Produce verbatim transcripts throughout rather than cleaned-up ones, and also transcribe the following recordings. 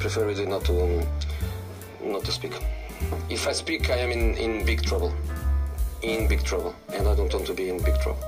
prefer really not to um, not to speak. If I speak, I am in, in big trouble. In big trouble. And I don't want to be in big trouble.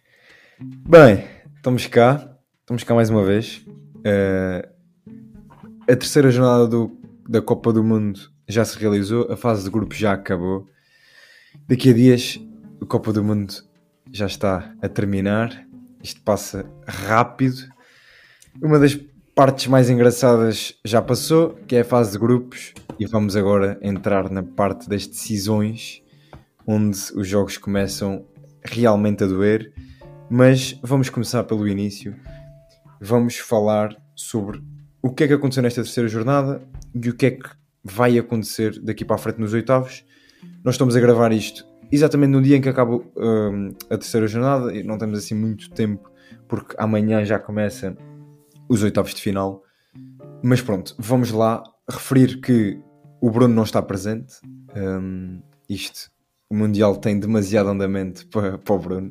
Bem, estamos cá. Estamos cá mais uma vez. Uh, a terceira jornada do, da Copa do Mundo já se realizou. A fase de grupos já acabou. Daqui a dias a Copa do Mundo já está a terminar. Isto passa rápido. Uma das partes mais engraçadas já passou, que é a fase de grupos, e vamos agora entrar na parte das decisões, onde os jogos começam realmente a doer. Mas vamos começar pelo início. Vamos falar sobre o que é que aconteceu nesta terceira jornada e o que é que vai acontecer daqui para a frente nos oitavos. Nós estamos a gravar isto exatamente no dia em que acaba um, a terceira jornada, e não temos assim muito tempo, porque amanhã já começa os oitavos de final. Mas pronto, vamos lá referir que o Bruno não está presente. Um, isto, o Mundial tem demasiado andamento para, para o Bruno.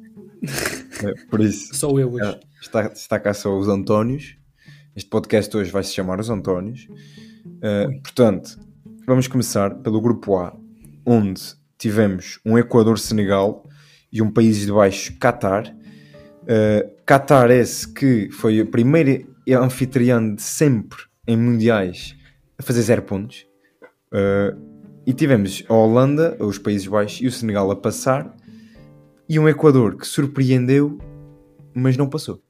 Por isso, sou eu hoje. Está, está cá só os Antónios. Este podcast hoje vai se chamar Os Antónios. Uh, portanto, vamos começar pelo grupo A, onde tivemos um Equador-Senegal e um país de baixo, Qatar. Uh, Qatar esse que foi a primeira anfitriã de sempre em mundiais a fazer zero pontos. Uh, e tivemos a Holanda, os Países Baixos e o Senegal a passar. E um Equador que surpreendeu, mas não passou.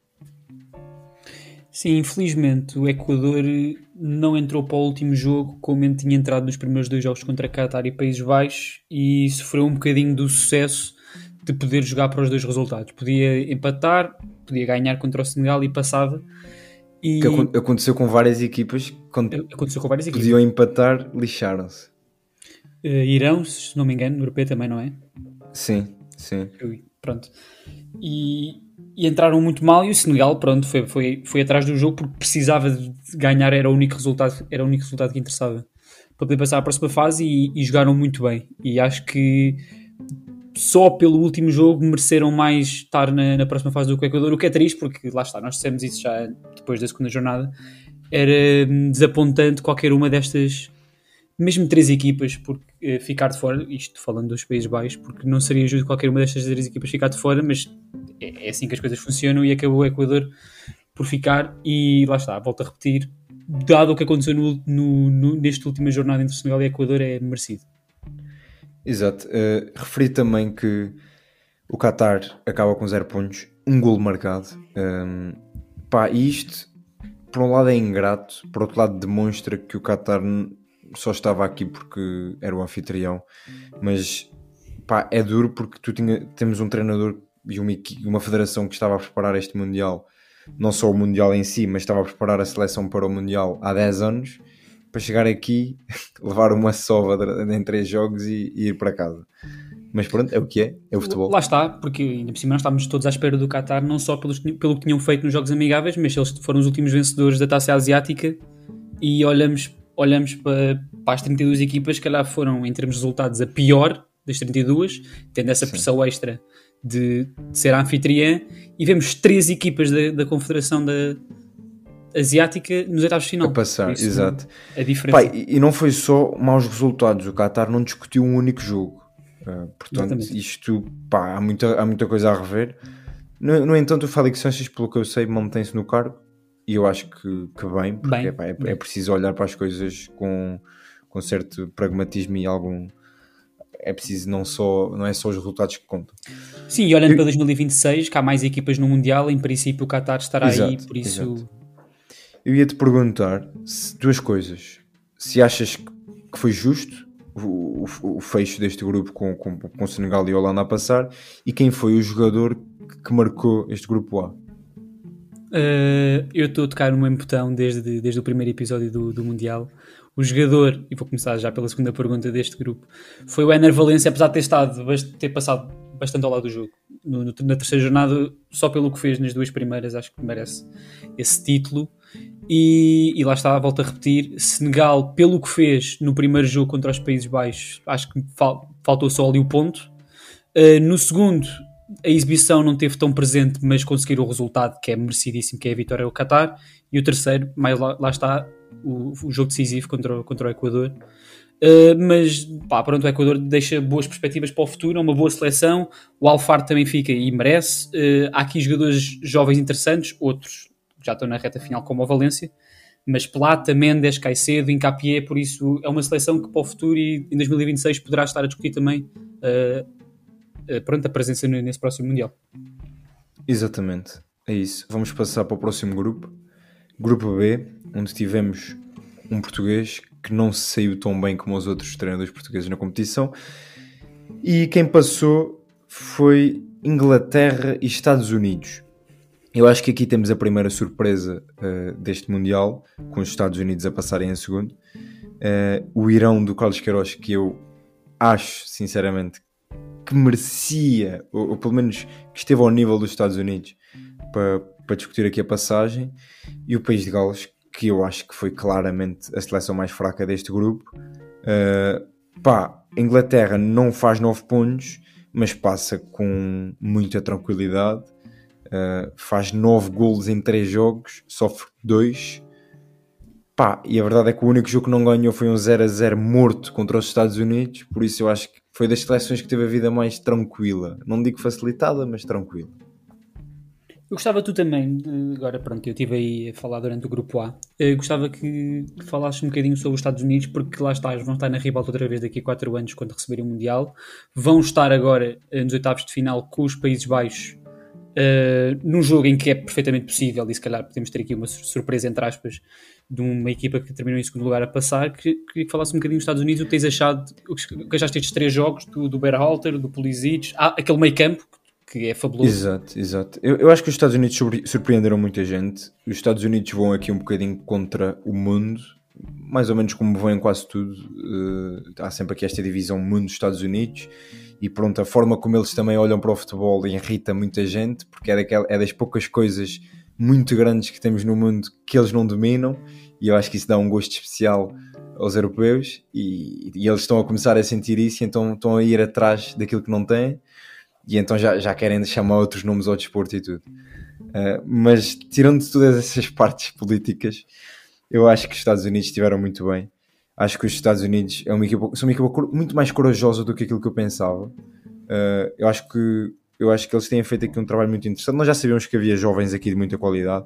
Sim, infelizmente o Equador não entrou para o último jogo como tinha entrado nos primeiros dois jogos contra Qatar e Países Baixos, e sofreu um bocadinho do sucesso de poder jogar para os dois resultados. Podia empatar, podia ganhar contra o Senegal e passava. E... Que aconteceu com várias equipas. Quando aconteceu com várias equipas. Podiam empatar, lixaram-se. Uh, Irão, se não me engano, no europeu também, não é? Sim, sim. Pronto. E... E entraram muito mal, e o Senegal, pronto, foi, foi, foi atrás do jogo porque precisava de ganhar, era o único resultado, era o único resultado que interessava para poder passar à próxima fase, e, e jogaram muito bem. E acho que só pelo último jogo mereceram mais estar na, na próxima fase do que o Equador, o que é triste, porque lá está, nós dissemos isso já depois da segunda jornada. Era desapontante qualquer uma destas, mesmo três equipas, porque uh, ficar de fora, isto falando dos Países Baixos, porque não seria justo qualquer uma destas três equipas ficar de fora, mas é, é assim que as coisas funcionam, e acabou o Equador por ficar. E lá está, volto a repetir, dado o que aconteceu no, no, no, nesta última jornada entre Senegal e Equador, é merecido. Exato. Uh, referi também que o Qatar acaba com zero pontos, um golo marcado. Um, pá, e isto, por um lado é ingrato, por outro lado demonstra que o Qatar só estava aqui porque era o anfitrião, mas pá, é duro porque tu tinha, temos um treinador e uma, uma federação que estava a preparar este Mundial, não só o Mundial em si, mas estava a preparar a seleção para o Mundial há dez anos, para chegar aqui, levar uma sova em três jogos e, e ir para casa. Mas pronto, é o que é, é o futebol. Lá está, porque ainda por cima nós estávamos todos à espera do Qatar, não só pelos, pelo que tinham feito nos Jogos Amigáveis, mas eles foram os últimos vencedores da Taça Asiática, e olhamos olhamos para, para as trinta e duas equipas, que calhar foram, em termos de resultados, a pior das trinta e duas, tendo essa pressão extra de, de ser a anfitriã, e vemos três equipas da, da Confederação da Asiática nos oitavos de final. A passar, isso, exato. A diferença. Pai, e não foi só maus resultados, o Qatar não discutiu um único jogo. Uh, portanto, exatamente. Isto, pá, há muita, há muita coisa a rever. No, no entanto, o Félix Sanches, pelo que eu sei, mantém-se no cargo. E eu acho que, que bem, porque bem, epá, é, bem. é preciso olhar para as coisas com, com certo pragmatismo e algum... É preciso, não, só, não é só os resultados que contam. Sim, e olhando eu... para dois mil e vinte e seis, que há mais equipas no Mundial, em princípio o Qatar estará exato, aí, por isso... Exato. Eu ia-te perguntar se, duas coisas. Se achas que foi justo o, o, o fecho deste grupo com, com, com Senegal e Holanda a passar, e quem foi o jogador que, que marcou este grupo A? Uh, eu estou a tocar no mesmo botão desde, desde o primeiro episódio do, do Mundial. O jogador, e vou começar já pela segunda pergunta deste grupo, foi o Éner Valencia, apesar de ter, estado, ter passado bastante ao lado do jogo. No, no, na terceira jornada, só pelo que fez nas duas primeiras, acho que merece esse título. E, e lá está, volto a repetir, Senegal, pelo que fez no primeiro jogo contra os Países Baixos, acho que fal, faltou só ali o ponto. Uh, no segundo, a exibição não teve tão presente, mas conseguiram o resultado que é merecidíssimo, que é a vitória do Qatar. E o terceiro, mais lá, lá está, o, o jogo decisivo contra, o- contra o Equador. Uh, mas pá, pronto, o Equador deixa boas perspectivas para o futuro, é uma boa seleção. O Alfaro também fica e merece. Uh, há aqui jogadores jovens interessantes, outros já estão na reta final, como o Valência. Mas Plata, Mendes, Caicedo, Hincapié, por isso é uma seleção que para o futuro e em dois mil e vinte e seis poderá estar a discutir também uh, uh, pronto, a presença nesse próximo Mundial. Exatamente, é isso. Vamos passar para o próximo grupo. Grupo B, onde tivemos um português que não se saiu tão bem como os outros treinadores portugueses na competição. E quem passou foi Inglaterra e Estados Unidos. Eu acho que aqui temos a primeira surpresa uh, deste Mundial, com os Estados Unidos a passarem em segundo. Uh, o Irão do Carlos Queiroz, que eu acho, sinceramente, que merecia, ou, ou pelo menos que esteve ao nível dos Estados Unidos, para, para discutir aqui a passagem. E o País de Gales, que eu acho que foi claramente a seleção mais fraca deste grupo. Uh, pá, a Inglaterra não faz nove pontos, mas passa com muita tranquilidade. Uh, faz nove golos em três jogos, sofre dois. Pá, e a verdade é que o único jogo que não ganhou foi um zero a zero morto contra os Estados Unidos. Por isso eu acho que foi das seleções que teve a vida mais tranquila. Não digo facilitada, mas tranquila. Eu gostava tu também, de- agora pronto, eu estive aí a falar durante o grupo A, eu gostava que falasses um bocadinho sobre os Estados Unidos, porque lá está, eles vão estar na ribalta outra vez daqui a quatro anos quando receberem o Mundial, vão estar agora eh, nos oitavos de final com os Países Baixos, eh, num jogo em que é perfeitamente possível, e se calhar podemos ter aqui uma sur- surpresa, entre aspas, de uma equipa que terminou em segundo lugar a passar. Que- Queria que falasse um bocadinho dos Estados Unidos, o que tens achado, o que o que achaste destes três jogos, do, do Berhalter, do Pulisic, ah, aquele meio campo, que é fabuloso. Exato, exato. Eu, eu acho que os Estados Unidos surpre- surpreenderam muita gente. Os Estados Unidos vão aqui um bocadinho contra o mundo, mais ou menos como vão em quase tudo. Uh, há sempre aqui esta divisão mundo-Estados Unidos, e pronto, a forma como eles também olham para o futebol irrita muita gente, porque é, daquela, é das poucas coisas muito grandes que temos no mundo que eles não dominam, e eu acho que isso dá um gosto especial aos europeus, e, e eles estão a começar a sentir isso, e então estão a ir atrás daquilo que não têm. E então já, já querem chamar outros nomes ao desporto e tudo. Uh, mas tirando todas essas partes políticas, eu acho que os Estados Unidos estiveram muito bem. Acho que os Estados Unidos é uma equipa, são uma equipa cor- muito mais corajosa do que aquilo que eu pensava. Uh, eu, acho que, eu acho que eles têm feito aqui um trabalho muito interessante. Nós já sabíamos que havia jovens aqui de muita qualidade,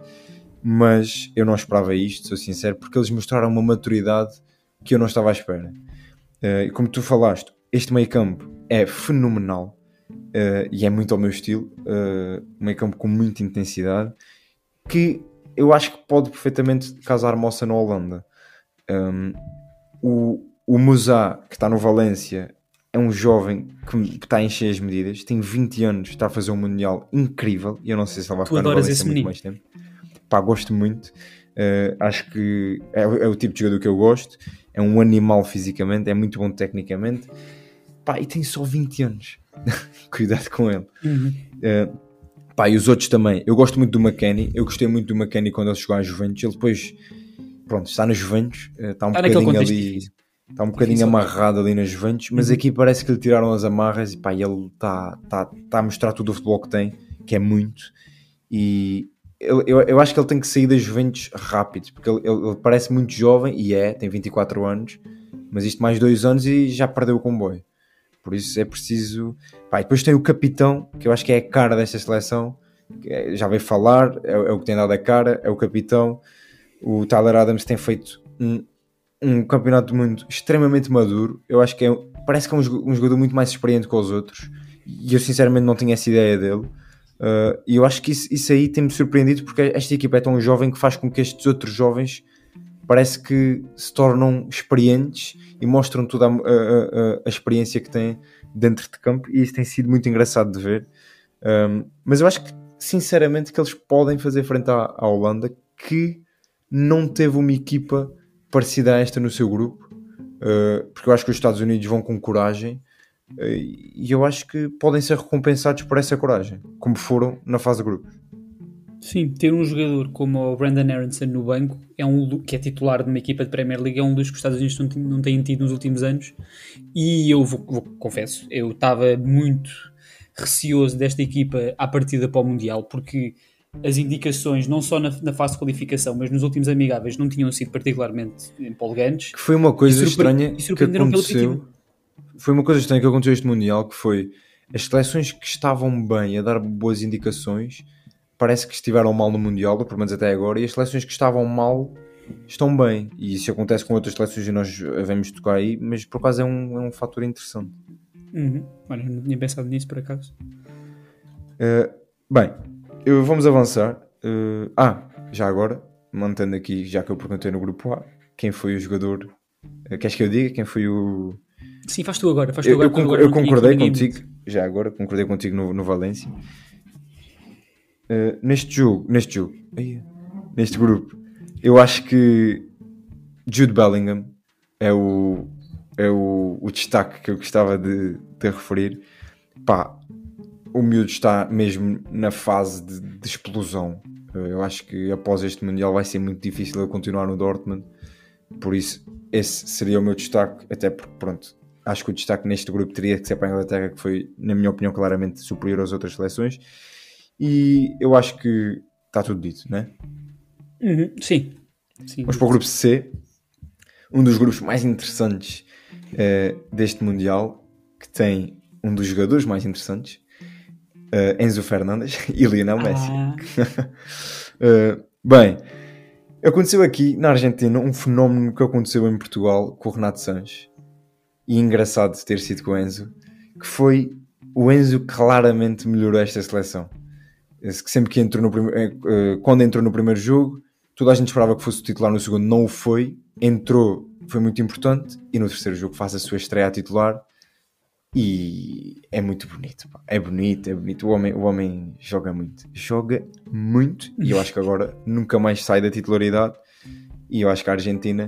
mas eu não esperava isto, sou sincero, porque eles mostraram uma maturidade que eu não estava à espera. Uh, e como tu falaste, este meio campo é fenomenal. Uh, e é muito ao meu estilo, uh, um meio campo com muita intensidade, que eu acho que pode perfeitamente causar moça na Holanda. Um, o, o Musa, que está no Valência, é um jovem que está a encher as medidas, tem vinte anos, está a fazer um Mundial incrível, e eu não sei se ele vai Tu ficar no adoras Valência esse muito menino. mais tempo. Pá, gosto muito. Uh, acho que é, é o tipo de jogador que eu gosto, é um animal fisicamente, é muito bom tecnicamente. Pá, e tem só vinte anos. Cuidado com ele. Uhum. Uh, pá, e os outros também. Eu gosto muito do McKennie. Eu gostei muito do McKennie quando ele chegou à Juventus. Ele depois, pronto, está na Juventus. Uh, está um Está naquele bocadinho contexto ali. difícil. Está um bocadinho Difícil. amarrado ali na Juventus. Mas Uhum. aqui parece que lhe tiraram as amarras. E pá, ele está tá, tá a mostrar todo o futebol que tem, que é muito. E eu, eu, eu acho que ele tem que sair da Juventus rápido, porque ele, ele, ele parece muito jovem. E é, tem vinte e quatro anos. Mas isto mais dois anos e já perdeu o comboio. Por isso é preciso... Pá, e depois tem o capitão, que eu acho que é a cara desta seleção, que é, já veio falar, é, é o que tem dado a cara, é o capitão. O Tyler Adams tem feito um, um campeonato do mundo extremamente maduro. Eu acho que é, parece que é um, um jogador muito mais experiente que os outros, e eu sinceramente não tinha essa ideia dele. Uh, e eu acho que isso, isso aí tem-me surpreendido, porque esta equipa é tão jovem que faz com que estes outros jovens parece que se tornam experientes e mostram toda a, a, a, a experiência que têm dentro de campo, e isso tem sido muito engraçado de ver. Um, mas eu acho que, sinceramente, que eles podem fazer frente à, à Holanda, que não teve uma equipa parecida a esta no seu grupo, uh, porque eu acho que os Estados Unidos vão com coragem, uh, e eu acho que podem ser recompensados por essa coragem, como foram na fase de grupos. Sim, ter um jogador como o Brandon Aronson no banco, é um, que é titular de uma equipa de Premier League, é um dos que os Estados Unidos não, não têm tido nos últimos anos, e eu vou, vou confesso, eu estava muito receoso desta equipa à partida para o Mundial, porque as indicações, não só na, na fase de qualificação, mas nos últimos amigáveis, não tinham sido particularmente empolgantes. Que foi uma coisa estranha e que aconteceu. Foi uma coisa estranha que aconteceu este Mundial, que foi as seleções que estavam bem a dar boas indicações, parece que estiveram mal no Mundial, ou pelo menos até agora, e as seleções que estavam mal estão bem. E isso acontece com outras seleções e nós vamos tocar aí, mas por acaso é um, é um fator interessante. Uhum. Olha, não tinha pensado nisso por acaso. Uh, bem, eu, vamos avançar. Uh, ah, já agora, mantendo aqui, já que eu perguntei no grupo A, quem foi o jogador? Uh, queres que eu diga quem foi o... Sim, faz tu agora. Faz tu eu, agora, eu, concor- agora eu concordei contigo, muito. já agora, concordei contigo no, no Valência. Uh, neste jogo, neste jogo, neste grupo, eu acho que Jude Bellingham é o, é o, o destaque que eu gostava de, de referir. Pá, o miúdo está mesmo na fase de, de explosão. Eu acho que após este Mundial vai ser muito difícil ele continuar no Dortmund. Por isso, esse seria o meu destaque. Até porque, pronto, acho que o destaque neste grupo teria que ser para a Inglaterra, que foi, na minha opinião, claramente superior às outras seleções. E eu acho que está tudo dito, não é? Uhum, sim. sim. Vamos para o grupo C. Um dos grupos mais interessantes uh, deste Mundial, que tem um dos jogadores mais interessantes, uh, Enzo Fernandes e Lionel Messi. Ah. uh, bem, aconteceu aqui na Argentina um fenómeno que aconteceu em Portugal com o Renato Sanches, e engraçado de ter sido com o Enzo, que foi o Enzo claramente melhorou esta seleção. Sempre que entrou no primeiro, uh, quando entrou no primeiro jogo, toda a gente esperava que fosse o titular, no segundo não o foi, entrou, foi muito importante, e no terceiro jogo faz a sua estreia a titular. E é muito bonito, pá. É bonito, é bonito. O homem, o homem joga muito, joga muito, e eu acho que agora nunca mais sai da titularidade. E eu acho que a Argentina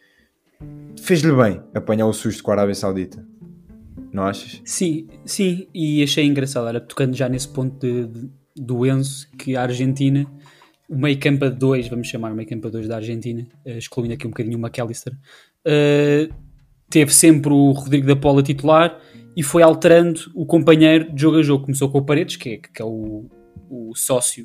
fez-lhe bem apanhar o susto com a Arábia Saudita, não achas? Sim, sim, e achei engraçado, era tocando já nesse ponto de, de, do Enzo, que a Argentina, o meio campo a dois, vamos chamar o meio campo a dois da Argentina, uh, excluindo aqui um bocadinho o McAllister, uh, teve sempre o Rodrigo da Paula titular e foi alterando o companheiro de jogo a jogo. Começou com o Paredes, que é, que é o, o sócio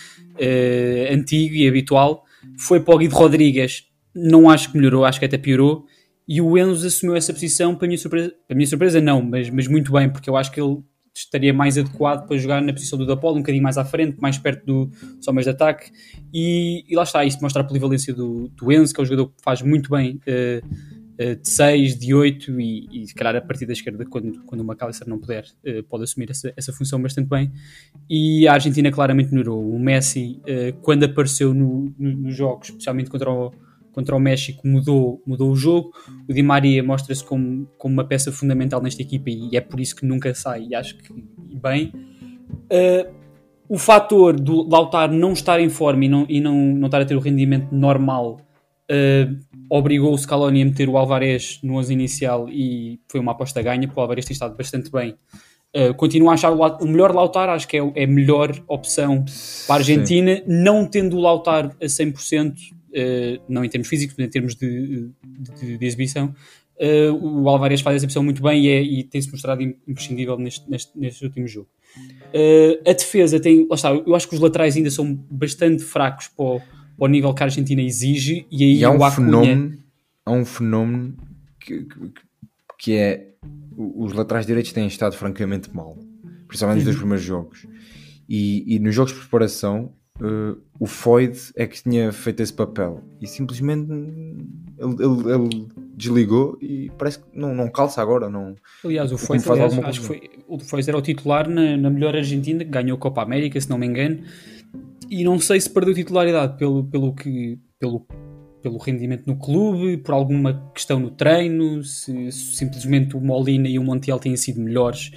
uh, antigo e habitual, foi para o Guido Rodrigues, não acho que melhorou, acho que até piorou, e o Enzo assumiu essa posição, para a minha surpresa, para a minha surpresa não, mas, mas muito bem, porque eu acho que ele estaria mais adequado para jogar na posição do Da Paula, um bocadinho mais à frente, mais perto do, dos homens de ataque, e, e lá está, isso mostra a polivalência do, do Enzo, que é um jogador que faz muito bem uh, uh, de seis, de oito, e, e se calhar a partir da esquerda, quando, quando o McAllister não puder, uh, pode assumir essa, essa função bastante bem. E a Argentina claramente melhorou. O Messi, uh, quando apareceu no, no, nos jogos, especialmente contra o contra o México, mudou, mudou o jogo. O Di Maria mostra-se como, como uma peça fundamental nesta equipa, e é por isso que nunca sai, e acho que bem. Uh, o fator do Lautaro não estar em forma e não, e não, não estar a ter o rendimento normal uh, obrigou o Scaloni a meter o Alvarez no onze inicial, e foi uma aposta ganha, porque o Alvarez tem estado bastante bem. Uh, continuo a achar o, o melhor Lautaro, acho que é, é a melhor opção para a Argentina. Sim. Não tendo o Lautaro a cem por cento, Uh, não em termos físicos, mas em termos de, de, de exibição, uh, o Alvarez faz essa opção muito bem e, é, e tem-se mostrado imprescindível neste, neste, neste último jogo. Uh, a defesa tem, lá está, eu acho que os laterais ainda são bastante fracos para o, para o nível que a Argentina exige, e aí e há um o Acunha... fenómeno, há um fenómeno que, que, que é os laterais direitos têm estado francamente mal, principalmente nos dois primeiros jogos, e, e nos jogos de preparação Uh, o Foyt é que tinha feito esse papel e simplesmente ele, ele, ele desligou e parece que não, não calça agora. Não, aliás, o Foyt, aliás, acho que foi, o Foyt era o titular na, na melhor Argentina, que ganhou a Copa América, se não me engano, e não sei se perdeu titularidade pelo, pelo, que, pelo, pelo rendimento no clube, por alguma questão no treino, se, se simplesmente o Molina e o Montiel têm sido melhores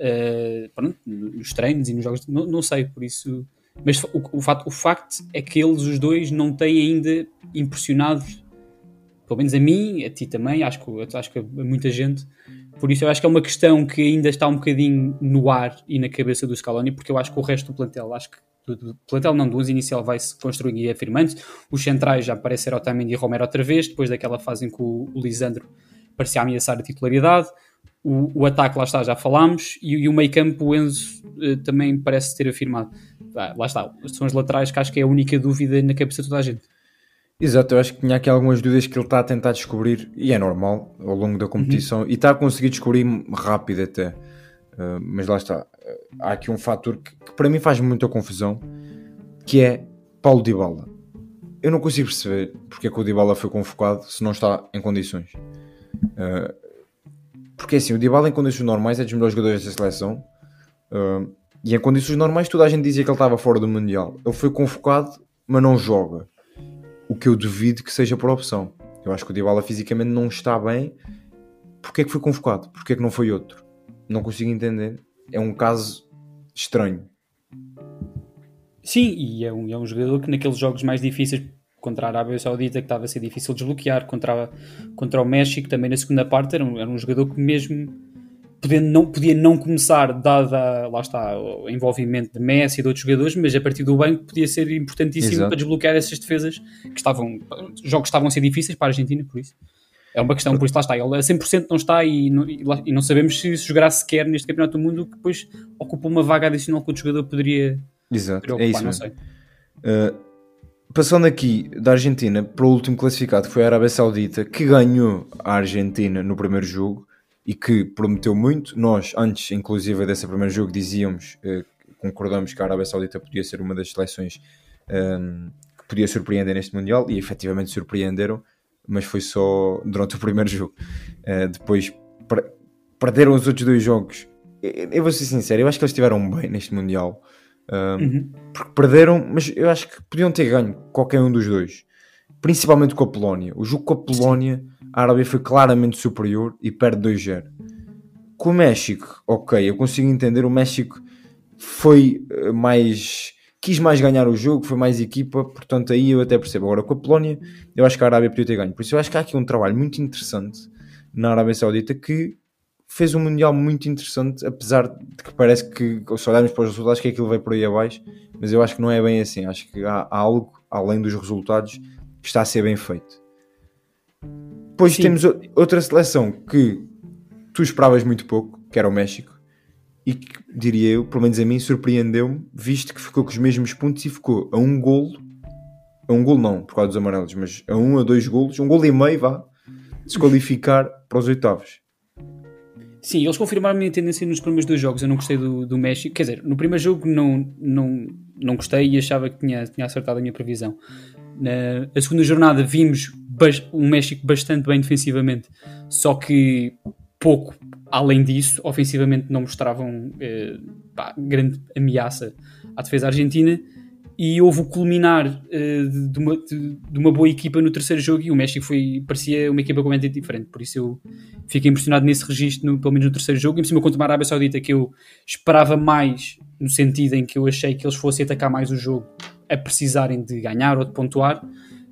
uh, pronto, nos treinos e nos jogos, não, não sei, por isso. Mas o, o, facto, o facto é que eles, os dois, não têm ainda impressionado, pelo menos a mim, a ti também, acho que, acho que a muita gente. Por isso eu acho que é uma questão que ainda está um bocadinho no ar e na cabeça do Scaloni, porque eu acho que o resto do plantel, acho que do, do plantel não, do onze inicial vai-se construindo e afirmando. Os centrais já apareceram Otamendi e Romero outra vez, depois daquela fase em que o, o Lisandro parecia ameaçar a titularidade. O, o ataque, lá está, já falámos, e, e o meio campo, o Enzo, uh, também parece ter afirmado. ah, lá está, são as laterais que acho que é a única dúvida na cabeça de toda a gente. Exato, eu acho que tinha aqui algumas dúvidas que ele está a tentar descobrir, e é normal, ao longo da competição, uhum. e está a conseguir descobrir rápido até. Uh, mas lá está, uh, há aqui um fator que, que para mim faz muita confusão, que é Paulo Dybala. Eu não consigo perceber porque é que o Dybala foi convocado se não está em condições. Uh, porque assim, o Dybala em condições normais é dos melhores jogadores desta seleção, uh, e em condições normais toda a gente dizia que ele estava fora do Mundial. Ele foi convocado, mas não joga. O que eu duvido que seja por opção. Eu acho que o Dybala fisicamente não está bem. Porquê é que foi convocado? Porquê é que não foi outro? Não consigo entender. É um caso estranho. Sim, e é um, é um jogador que naqueles jogos mais difíceis, contra a Arábia Saudita, que estava a ser difícil de desbloquear, contra, a, contra o México, também na segunda parte, era um, era um jogador que mesmo podia não, podia não começar, dada, lá está, o envolvimento de Messi e de outros jogadores, mas a partir do banco podia ser importantíssimo. Exato. Para desbloquear essas defesas que estavam, jogos que estavam a ser difíceis para a Argentina, por isso. É uma questão, por isso lá está, ele a cem por cento não está e não, e não sabemos se, se jogará sequer neste Campeonato do Mundo, que depois ocupa uma vaga adicional que o jogador poderia, Exato. poderia ocupar, é isso não mesmo. sei. Uh, passando aqui da Argentina para o último classificado, que foi a Arábia Saudita, que ganhou a Argentina no primeiro jogo e que prometeu muito. Nós, antes inclusive desse primeiro jogo, dizíamos, uh, concordamos que a Arábia Saudita podia ser uma das seleções um, que podia surpreender neste Mundial, e efetivamente surpreenderam, mas foi só durante o primeiro jogo. Uh, depois per- perderam os outros dois jogos. Eu, eu vou ser sincero, eu acho que eles estiveram bem neste Mundial. Um, uhum. Porque perderam, mas eu acho que podiam ter ganho qualquer um dos dois, principalmente com a Polónia. O jogo com a Polónia, sim, a Arábia foi claramente superior e perde dois a zero. Com o México, ok, eu consigo entender, o México foi mais, quis mais ganhar o jogo, foi mais equipa, portanto aí eu até percebo. Agora com a Polónia, eu acho que a Arábia podia ter ganho. Por isso eu acho que há aqui um trabalho muito interessante na Arábia Saudita, que fez um Mundial muito interessante, apesar de que parece que, se olharmos para os resultados, que aquilo veio por aí abaixo, mas eu acho que não é bem assim. Acho que há, há algo, além dos resultados, que está a ser bem feito. Depois Sim. temos outra seleção que tu esperavas muito pouco, que era o México, e que, diria eu, pelo menos a mim, surpreendeu-me, visto que ficou com os mesmos pontos e ficou a um golo, a um golo não, por causa dos amarelos, mas a um a dois golos, um golo e meio, vá, desqualificar para os oitavos. Sim, eles confirmaram a minha tendência nos primeiros dois jogos. Eu não gostei do, do México. Quer dizer, no primeiro jogo não, não, não gostei e achava que tinha, tinha acertado a minha previsão. Na a segunda jornada vimos bas- um México bastante bem defensivamente, só que pouco além disso. Ofensivamente não mostravam eh, pá, grande ameaça à defesa argentina. E houve o culminar uh, de, uma, de, de uma boa equipa no terceiro jogo, e o México foi, parecia uma equipa completamente diferente. Por isso eu fiquei impressionado nesse registro, no, pelo menos no terceiro jogo. E por cima, contra a Arábia Saudita, que eu esperava mais, no sentido em que eu achei que eles fossem atacar mais o jogo a precisarem de ganhar ou de pontuar.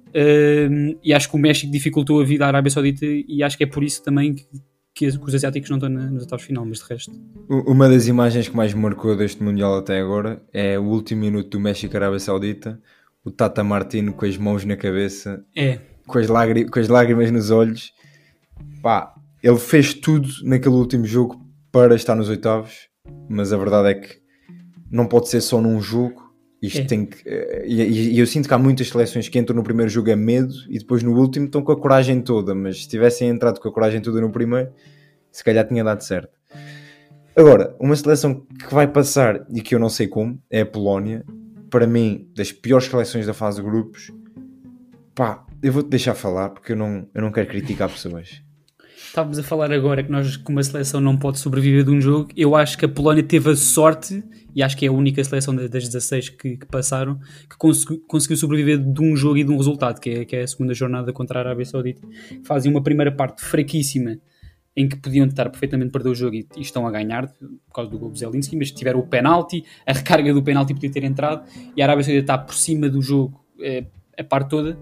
Uh, e acho que o México dificultou a vida à Arábia Saudita, e acho que é por isso também que, que os asiáticos não estão na, nos oitavos de final, mas de resto. Uma das imagens que mais me marcou deste Mundial até agora é o último minuto do México-Arábia Saudita, o Tata Martino com as mãos na cabeça, é. com, as lágrimas, com as lágrimas nos olhos. Pá, ele fez tudo naquele último jogo para estar nos oitavos, mas a verdade é que não pode ser só num jogo. Isto é. tem que, e, e eu sinto que há muitas seleções que entram no primeiro jogo a medo e depois no último estão com a coragem toda, mas se tivessem entrado com a coragem toda no primeiro, se calhar tinha dado certo. Agora, uma seleção que vai passar e que eu não sei como é a Polónia. Para mim, das piores seleções da fase de grupos. Pá, eu vou-te deixar falar porque eu não, eu não quero criticar pessoas. Estávamos a falar agora que nós, que uma seleção não pode sobreviver de um jogo. Eu acho que a Polónia teve a sorte, e acho que é a única seleção das dezasseis que, que passaram, que conseguiu, conseguiu sobreviver de um jogo e de um resultado, que é, que é a segunda jornada contra a Arábia Saudita. Fazem uma primeira parte fraquíssima, em que podiam estar perfeitamente a perder o jogo e, e estão a ganhar por causa do gol do Zelinski, mas tiveram o penalti, a recarga do penalti podia ter entrado, e a Arábia Saudita está por cima do jogo é, a parte toda.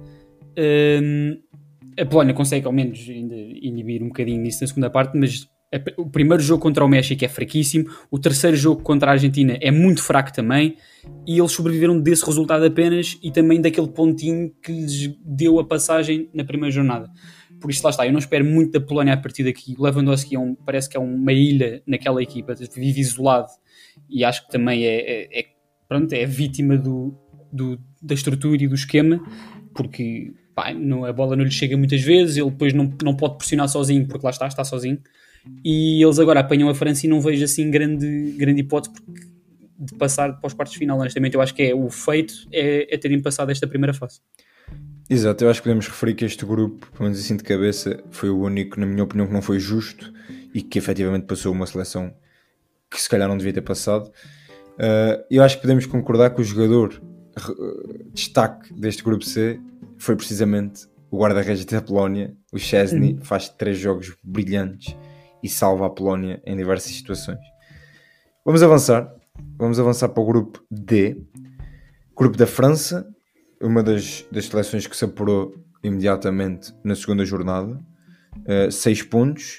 Um, a Polónia consegue ao menos ainda inibir um bocadinho nisso na segunda parte, mas a, o primeiro jogo contra o México é fraquíssimo, o terceiro jogo contra a Argentina é muito fraco também, e eles sobreviveram desse resultado apenas e também daquele pontinho que lhes deu a passagem na primeira jornada. Por isso lá está, eu não espero muito da Polónia a partir daqui. O Lewandowski é um, parece que é uma ilha naquela equipa, vive isolado, e acho que também é, é, é pronto, é vítima do, do, da estrutura e do esquema, porque pá, não, a bola não lhe chega muitas vezes, ele depois não, não pode pressionar sozinho, porque lá está, está sozinho, e eles agora apanham a França e não vejo assim grande, grande hipótese porque, de passar para os quartos de final. Honestamente, eu acho que é o feito é, é terem passado esta primeira fase. Exato, eu acho que podemos referir que este grupo, pelo menos assim de cabeça, foi o único, na minha opinião, que não foi justo e que efetivamente passou uma seleção que se calhar não devia ter passado. Uh, eu acho que podemos concordar que o jogador uh, destaque deste grupo C foi precisamente o guarda-redes da Polónia, o Szczęsny, uhum. Faz três jogos brilhantes e salva a Polónia em diversas situações. Vamos avançar, vamos avançar para o grupo D, grupo da França, uma das, das seleções que se apurou imediatamente na segunda jornada, uh, seis pontos.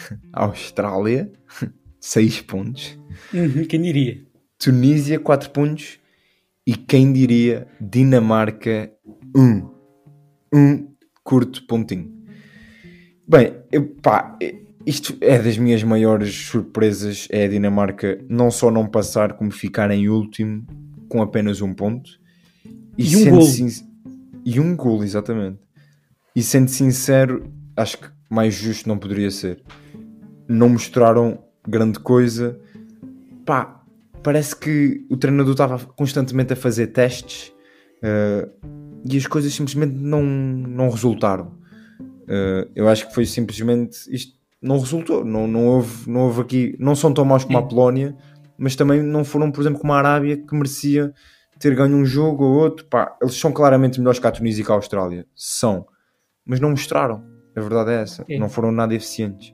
Austrália, seis pontos. Uhum, quem diria? Tunísia, quatro pontos. E quem diria Dinamarca, um. Um curto pontinho. Bem, eu, pá, isto é das minhas maiores surpresas, é a Dinamarca não só não passar, como ficar em último com apenas um ponto. E, e um gol. Sin- e um gol, exatamente. E sendo sincero, acho que mais justo não poderia ser. Não mostraram grande coisa. Pá, parece que o treinador estava constantemente a fazer testes uh, e as coisas simplesmente não, não resultaram. Uh, eu acho que foi simplesmente isto não resultou. Não, não, houve, não houve aqui. Não são tão maus como a Polónia, mas também não foram, por exemplo, como a Arábia, que merecia ter ganho um jogo ou outro. Pá, eles são claramente melhores que a Tunísia e que a Austrália. São. Mas não mostraram. A verdade é essa. É. Não foram nada eficientes.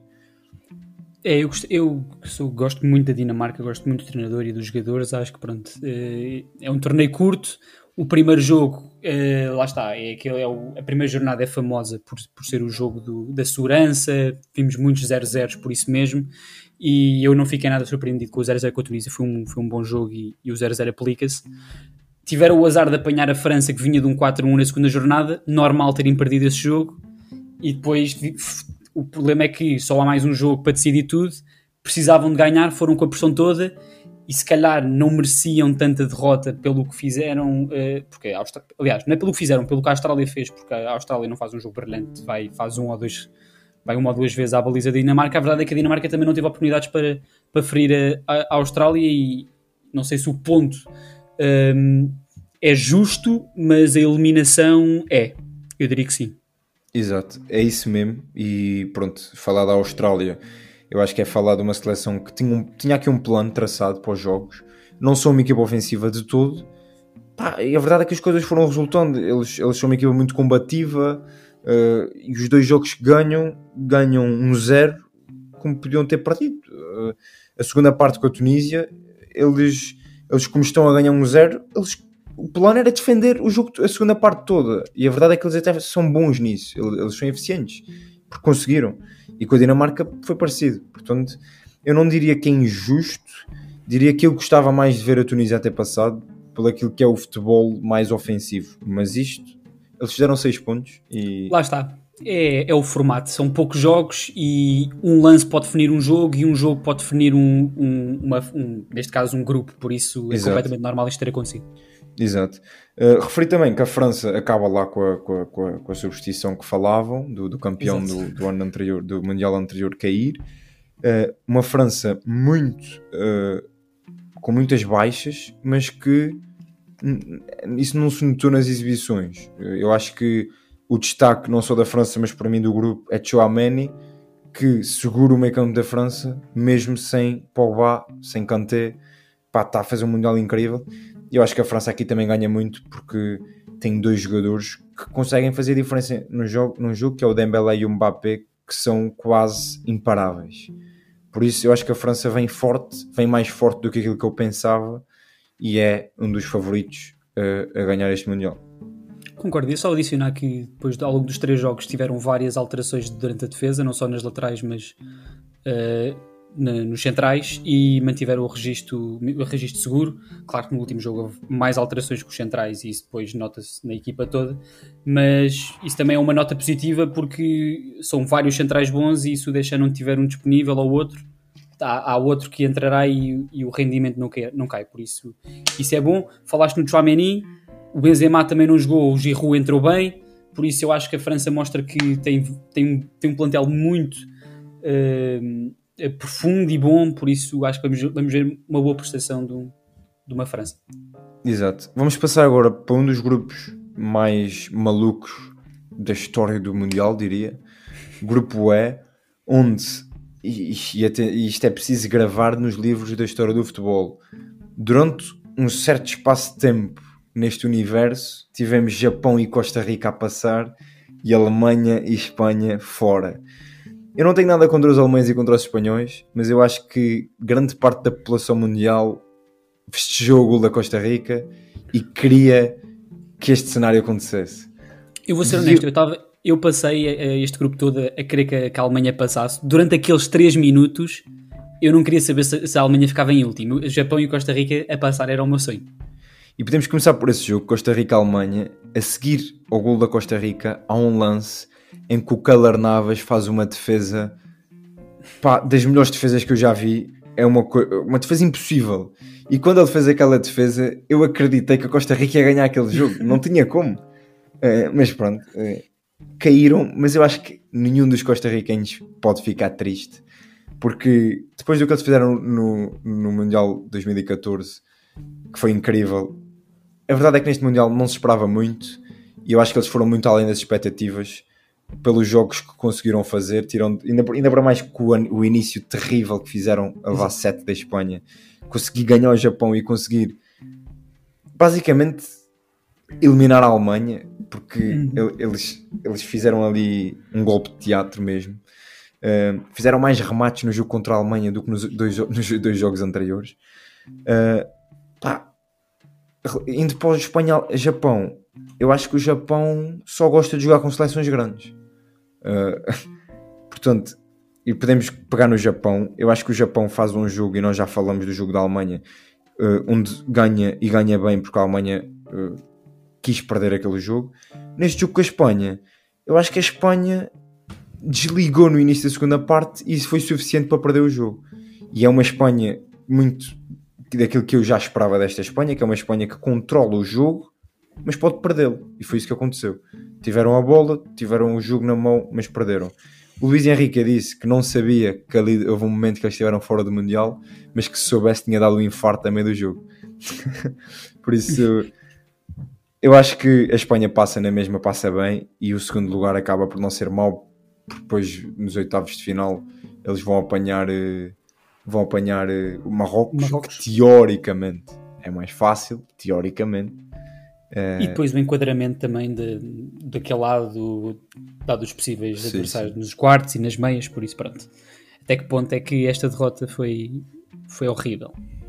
É, eu, gosto, eu sou, gosto muito da Dinamarca, gosto muito do treinador e dos jogadores. Acho que pronto, é, é um torneio curto. O primeiro jogo, é, lá está, é aquele, é o, a primeira jornada é famosa por, por ser o jogo do, da segurança. Vimos muitos zero zero por isso mesmo. E eu não fiquei nada surpreendido com o zero zero com a Tunísia. Foi um, foi um bom jogo e, e o zero zero aplica-se. Tiveram o azar de apanhar a França, que vinha de um quatro a um na segunda jornada. Normal terem perdido esse jogo. E depois o problema é que só há mais um jogo para decidir tudo. Precisavam de ganhar, foram com a pressão toda e se calhar não mereciam tanta derrota pelo que fizeram, porque a Austrália, aliás, não é pelo que fizeram, pelo que a Austrália fez, porque a Austrália não faz um jogo brilhante, vai, faz um ou dois, vai uma ou duas vezes à baliza da Dinamarca. A verdade é que a Dinamarca também não teve oportunidades para, para ferir a, a Austrália e não sei se o ponto um, é justo, mas a eliminação é, eu diria que sim. Exato, é isso mesmo. E pronto, falar da Austrália, eu acho que é falar de uma seleção que tinha, um, tinha aqui um plano traçado para os jogos. Não são uma equipa ofensiva de todo. Pá, e a verdade é que as coisas foram resultando. Eles, eles são uma equipa muito combativa uh, e os dois jogos que ganham, ganham um zero como podiam ter partido. Uh, a segunda parte com a Tunísia, eles, eles como estão a ganhar um zero, eles... O plano era defender o jogo, a segunda parte toda. E a verdade é que eles até são bons nisso. Eles são eficientes. Porque conseguiram. E com a Dinamarca foi parecido. Portanto, eu não diria que é injusto. Diria que eu gostava mais de ver a Tunísia ter passado pelo aquilo que é o futebol mais ofensivo. Mas isto, eles fizeram seis pontos e... Lá está. É, é o formato. São poucos jogos e um lance pode definir um jogo e um jogo pode definir um, um, uma, um neste caso, um grupo. Por isso é Exato. Completamente normal isto ter acontecido. Exato. Uh, referi também que a França acaba lá com a, com a, com a, com a substituição que falavam, do, do campeão do, do ano anterior, do Mundial anterior cair. Uh, uma França muito uh, com muitas baixas, mas que isso não se notou nas exibições. Eu acho que o destaque não só da França, mas para mim do grupo é Tchouaméni, que segura o meio campo da França, mesmo sem Pogba, sem Kanté. Pá, está a fazer um Mundial incrível. E eu acho que a França aqui também ganha muito porque tem dois jogadores que conseguem fazer diferença no jogo, no jogo que é o Dembélé e o Mbappé, que são quase imparáveis. Por isso eu acho que a França vem forte, vem mais forte do que aquilo que eu pensava e é um dos favoritos uh, a ganhar este Mundial. Concordo, e só adicionar que depois ao longo dos três jogos tiveram várias alterações durante a defesa, não só nas laterais, mas... Uh, nos centrais e mantiveram o registro, o registro seguro. Claro que no último jogo houve mais alterações com os centrais e isso depois nota-se na equipa toda, mas isso também é uma nota positiva porque são vários centrais bons e se o deixar não tiver um disponível ou outro, há, há outro que entrará e, e o rendimento não cai, não cai, por isso isso é bom. Falaste no Tchouaméni, o Benzema também não jogou, o Giroud entrou bem, por isso eu acho que a França mostra que tem, tem, tem um plantel muito uh, profundo e bom, por isso acho que vamos, vamos ver uma boa prestação do, de uma França. Exato. Vamos passar agora para um dos grupos mais malucos da história do Mundial, diria. Grupo E, onde, e, e, até, e isto é preciso gravar nos livros da história do futebol, durante um certo espaço de tempo neste universo, tivemos Japão e Costa Rica a passar e Alemanha e Espanha fora. Eu não tenho nada contra os alemães e contra os espanhóis, mas eu acho que grande parte da população mundial festejou o gol da Costa Rica e queria que este cenário acontecesse. Eu vou ser honesto, eu, eu, tava, eu passei a, este grupo todo a querer que a, que a Alemanha passasse. Durante aqueles três minutos eu não queria saber se, se a Alemanha ficava em último. O Japão e Costa Rica a passar era o meu sonho. E podemos começar por esse jogo, Costa Rica-Alemanha. A seguir ao gol da Costa Rica, há um lance em que o Keylor Navas faz uma defesa, pá, das melhores defesas que eu já vi. É uma, uma defesa impossível. E quando ele fez aquela defesa, eu acreditei que a Costa Rica ia ganhar aquele jogo. Não tinha como. Uh, mas pronto, uh, caíram. Mas eu acho que nenhum dos costarriquenhos pode ficar triste. Porque depois do que eles fizeram no, no Mundial dois mil e catorze, que foi incrível, a verdade é que neste Mundial não se esperava muito. E eu acho que eles foram muito além das expectativas pelos jogos que conseguiram fazer, tiram, ainda, ainda para mais com o, o início terrível que fizeram a levar sete da Espanha, conseguir ganhar o Japão e conseguir basicamente eliminar a Alemanha, porque uhum. eles, eles fizeram ali um golpe de teatro mesmo, uh, fizeram mais remates no jogo contra a Alemanha do que nos dois, nos dois jogos anteriores. Uh, pá, indo para o Espanha-Japão, eu acho que o Japão só gosta de jogar com seleções grandes. Uh, portanto, e podemos pegar no Japão. Eu acho que o Japão faz um jogo, e nós já falamos do jogo da Alemanha, uh, onde ganha e ganha bem, porque a Alemanha uh, quis perder aquele jogo. Neste jogo com a Espanha, eu acho que a Espanha desligou no início da segunda parte e isso foi suficiente para perder o jogo. E é uma Espanha muito daquilo que eu já esperava desta Espanha, que é uma Espanha que controla o jogo, mas pode perdê-lo, e foi isso que aconteceu. Tiveram a bola, tiveram o jogo na mão, mas perderam. O Luís Henrique disse que não sabia que ali houve um momento que eles estiveram fora do Mundial, mas que se soubesse tinha dado um infarto a meio do jogo. Por isso, eu acho que a Espanha passa na mesma, passa bem, e o segundo lugar acaba por não ser mau, porque depois nos oitavos de final eles vão apanhar, vão apanhar o Marrocos, Marrocos. Que teoricamente é mais fácil, teoricamente. E depois o enquadramento também de, daquele lado, lado dos possíveis sim, adversários sim. Nos quartos e nas meias, por isso pronto. Até que ponto é que esta derrota foi, foi horrível?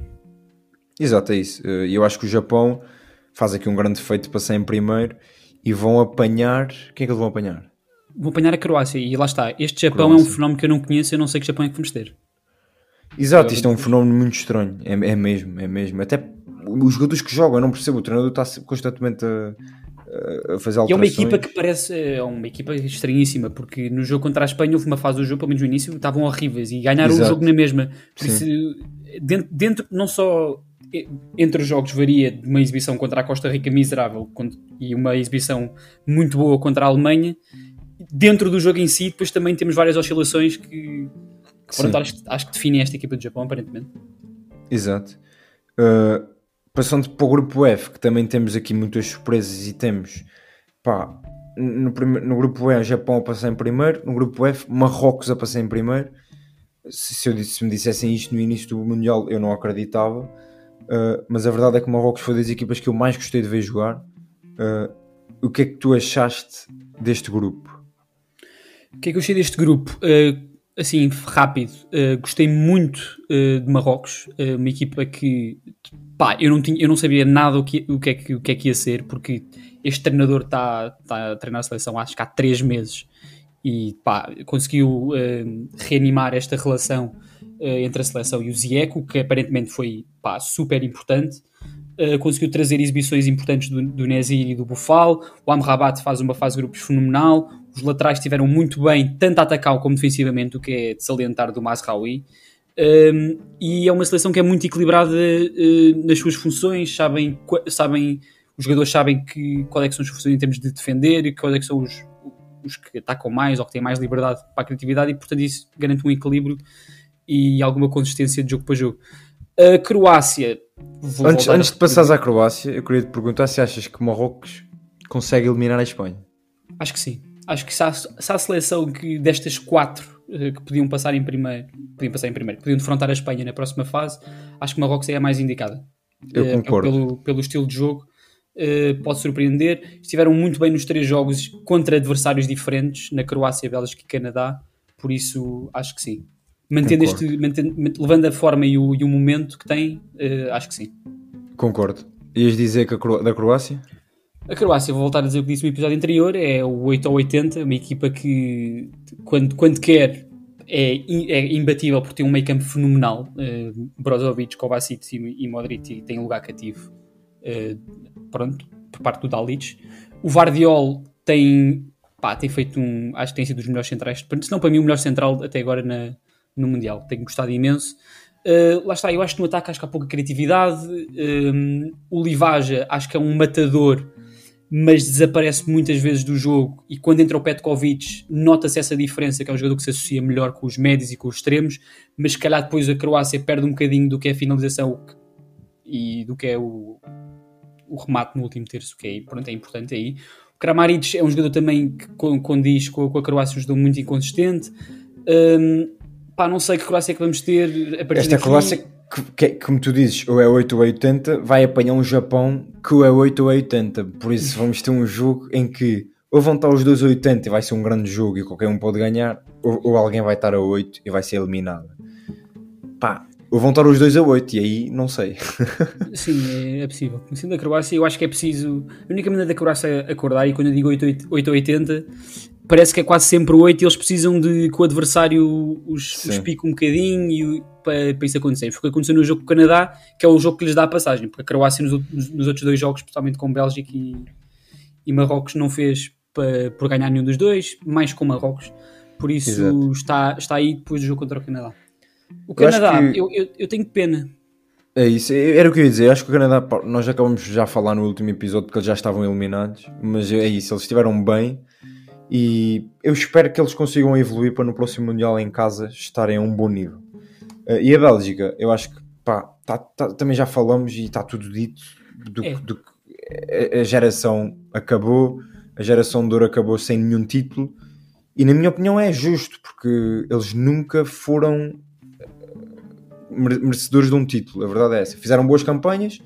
Exato, é isso. E eu acho que o Japão faz aqui um grande feito de passar em primeiro e vão apanhar... Quem é que eles vão apanhar? Vão apanhar a Croácia e lá está. Este Japão Croácia. É um fenómeno que eu não conheço, eu não sei que Japão é que vamos ter. Exato, isto é um fenómeno muito estranho. É, é mesmo, é mesmo. Até... os jogadores que jogam, eu não percebo, o treinador está constantemente a, a fazer alterações. E é uma equipa que parece, é uma equipa estranhíssima, porque no jogo contra a Espanha houve uma fase do jogo, pelo menos no início, estavam horríveis e ganharam Exato. O jogo na mesma. Por isso, dentro, dentro, não só entre os jogos varia de uma exibição contra a Costa Rica miserável e uma exibição muito boa contra a Alemanha, dentro do jogo em si, depois também temos várias oscilações que, que pronto, acho, acho que definem esta equipa do Japão, aparentemente. Exato. Uh... Passando para o grupo F, que também temos aqui muitas surpresas e temos, pá, no, primeiro, no grupo E, o Japão a passar em primeiro, no grupo F, Marrocos a passar em primeiro. Se, se, eu, se me dissessem isto no início do Mundial, eu não acreditava, uh, mas a verdade é que o Marrocos foi das equipas que eu mais gostei de ver jogar. Uh, o que é que tu achaste deste grupo? O que é que eu achei deste grupo? Uh, assim, rápido, uh, gostei muito uh, de Marrocos, uh, uma equipa que... Pá, eu não, tinha, eu não sabia nada o que, o, que é que, o que é que ia ser, porque este treinador está tá a treinar a seleção acho que há três meses e pá, conseguiu uh, reanimar esta relação uh, entre a seleção e o Ziyech, que aparentemente foi pá, super importante. Uh, conseguiu trazer exibições importantes do, do Nezir e do Boufal. O Amrabat faz uma fase de grupos fenomenal. Os laterais estiveram muito bem, tanto a atacar como defensivamente, o que é de salientar do Mazraoui. Um, e é uma seleção que é muito equilibrada uh, nas suas funções, sabem, sabem, os jogadores sabem que, qual é que são as funções em termos de defender, e qual é que são os, os que atacam mais ou que têm mais liberdade para a criatividade, e portanto isso garante um equilíbrio e alguma consistência de jogo para jogo. A Croácia... Antes, antes de passares à Croácia, eu queria te perguntar se achas que Marrocos consegue eliminar a Espanha. Acho que sim. Acho que se há, se há a seleção que destas quatro uh, que podiam passar em primeiro, podiam passar em primeiro, podiam defrontar a Espanha na próxima fase, acho que Marrocos é a mais indicada. Eu uh, concordo. Pelo, pelo estilo de jogo, uh, pode surpreender. Estiveram muito bem nos três jogos contra adversários diferentes, na Croácia, Bélgica e Canadá, por isso acho que sim. Mantendo este, mantendo, levando a forma e o, e o momento que tem, uh, acho que sim. Concordo. Ias dizer que a Cro- da Croácia? A Croácia, vou voltar a dizer o que disse no episódio anterior, é o oito ou oitenta, uma equipa que quando, quando quer é, é imbatível por ter um meio campo fenomenal. Uh, Brozovic, Kovacic e, e Modric têm lugar cativo, uh, pronto, por parte do Dalic. O Vardiol tem, pá, tem feito um, acho que tem sido dos melhores centrais, se não para mim o melhor central até agora na, no Mundial, tenho gostado imenso. Uh, lá está, eu acho que no ataque acho que há pouca criatividade. Um, o Livaja acho que é um matador, mas desaparece muitas vezes do jogo, e quando entra o Petkovic nota-se essa diferença, que é um jogador que se associa melhor com os médios e com os extremos, mas se calhar depois a Croácia perde um bocadinho do que é a finalização e do que é o, o remate no último terço, que é, pronto, é importante aí. O Kramaric é um jogador também que condiz com, com a Croácia, um jogador muito inconsistente. Um, pá, não sei que Croácia é que vamos ter a partir Esta daqui. Croácia, que, que, como tu dizes, ou é oito ou oitenta, vai apanhar um Japão que é oito ou oitenta. Por isso vamos ter um jogo em que ou vão estar os dois a oitenta e vai ser um grande jogo e qualquer um pode ganhar, ou, ou alguém vai estar a oito e vai ser eliminado. Pá, ou vão estar os dois a oito e aí não sei. Sim, é, é possível. Conhecendo a Croácia, eu acho que é preciso... A única maneira da Croácia acordar, e quando eu digo oito ou oitenta, parece que é quase sempre oito, e eles precisam de que o adversário os, os pique um bocadinho e, para, para isso acontecer. Foi o que aconteceu no jogo com o Canadá, que é o jogo que lhes dá a passagem, porque a Croácia nos, nos, nos outros dois jogos, especialmente com Bélgica e, e Marrocos, não fez para, por ganhar nenhum dos dois, mais com Marrocos. Por isso está, está aí depois do jogo contra o Canadá. O Canadá, eu, que... eu, eu, eu tenho pena. É isso, era o que eu ia dizer. Acho que o Canadá, nós já acabamos já a falar no último episódio porque eles já estavam eliminados, mas é isso, eles estiveram bem e eu espero que eles consigam evoluir para no próximo Mundial em casa estarem a um bom nível. Uh, e a Bélgica, eu acho que pá, tá, tá, também já falamos e está tudo dito do, é. do que a geração acabou, a geração de ouro acabou sem nenhum título e na minha opinião é justo porque eles nunca foram merecedores de um título, a verdade é essa. Fizeram boas campanhas,